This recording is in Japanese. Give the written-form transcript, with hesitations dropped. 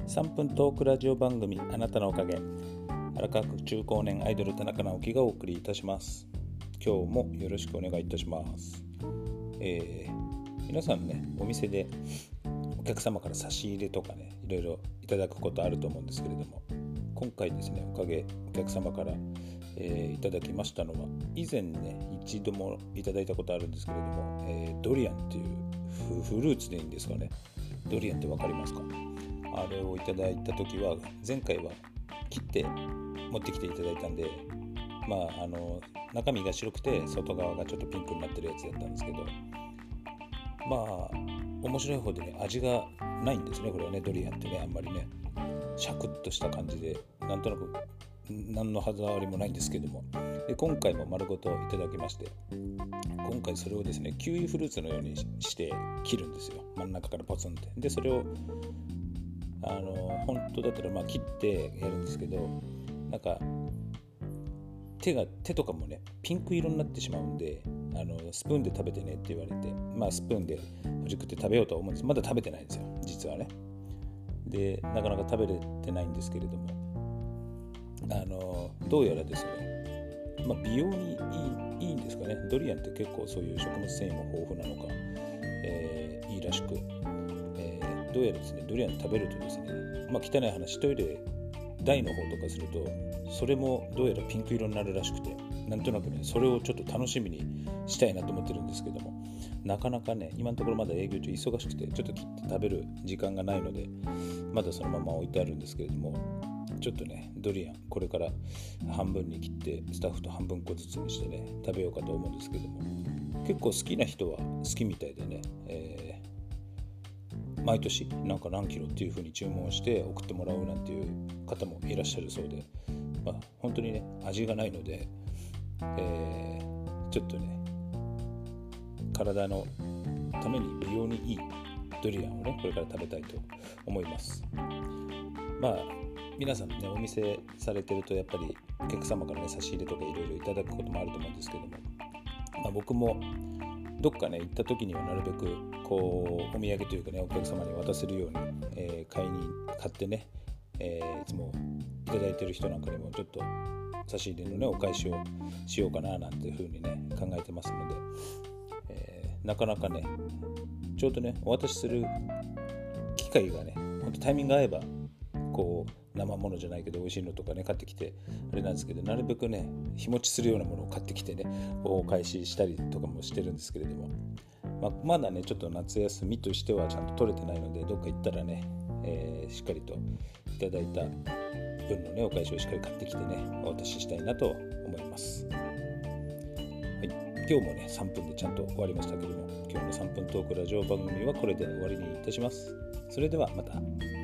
3分トークラジオ番組あなたのおかげ、荒川区中高年アイドル田中直樹がお送りいたします。今日もよろしくお願いいたします。皆さんね、お店でお客様から差し入れとかね、いろいろいただくことあると思うんですけれども、今回ですね、お客様から、いただきましたのは、以前ね一度もいただいたことあるんですけれども、ドリアンっていうフルーツでいいんですかね。ドリアンってわかりますか？あれをいただいた時は、前回は切って持ってきていただいたんで、中身が白くて外側がちょっとピンクになってるやつだったんですけど、面白い方でね、味がないんですね。これはね、ドリアンってね、あんまりねシャクッとした感じで、なんとなく何の歯触りもないんですけども、で今回も丸ごといただきまして、今回それをですね、キウイフルーツのようにして切るんですよ。真ん中からポツンって。でそれを本当だったら切ってやるんですけど、なんか手とかもねピンク色になってしまうんで、スプーンで食べてねって言われて、スプーンでほじくって食べようとは思うんです。まだ食べてないんですよ、実はね。でなかなか食べれてないんですけれども、どうやらですね、美容にいいんですかね。ドリアンって結構そういう食物繊維も豊富なのか、いいらしく、どうやらですね、ドリアン食べるとですね、汚い話、トイレ台の方とかすると、それもどうやらピンク色になるらしくて、なんとなくね、それをちょっと楽しみにしたいなと思ってるんですけども、なかなかね、今のところまだ営業中忙しくて、ちょっと切って食べる時間がないので、まだそのまま置いてあるんですけれども、ちょっとね、ドリアンこれから半分に切ってスタッフと半分個ずつにしてね、食べようかと思うんですけども、結構好きな人は好きみたいでね、毎年なんか何キロっていう風に注文して送ってもらうなんていう方もいらっしゃるそうで、本当にね味がないので、ちょっとね体のために美容にいいドリアンをねこれから食べたいと思います。皆さんね、お店されてるとやっぱりお客様からね差し入れとかいろいろいただくこともあると思うんですけども、僕もどっかね行った時にはなるべくこうお土産というかね、お客様に渡せるように、買ってね、いつもいただいてる人なんかにもちょっと差し入れのねお返しをしようかななんていう風にね考えてますので、なかなかねちょうどねお渡しする機会がね、本当タイミング合えばこう生ものじゃないけど美味しいのとかね買ってきてあれなんですけど、なるべくね日持ちするようなものを買ってきてねお返ししたりとかもしてるんですけれども、まだねちょっと夏休みとしてはちゃんと取れてないので、どっか行ったらね、しっかりといただいた分のねお返しをしっかり買ってきてねお渡ししたいなと思います。はい、今日もね3分でちゃんと終わりましたけども、今日の3分トークラジオ番組はこれで終わりにいたします。それではまた。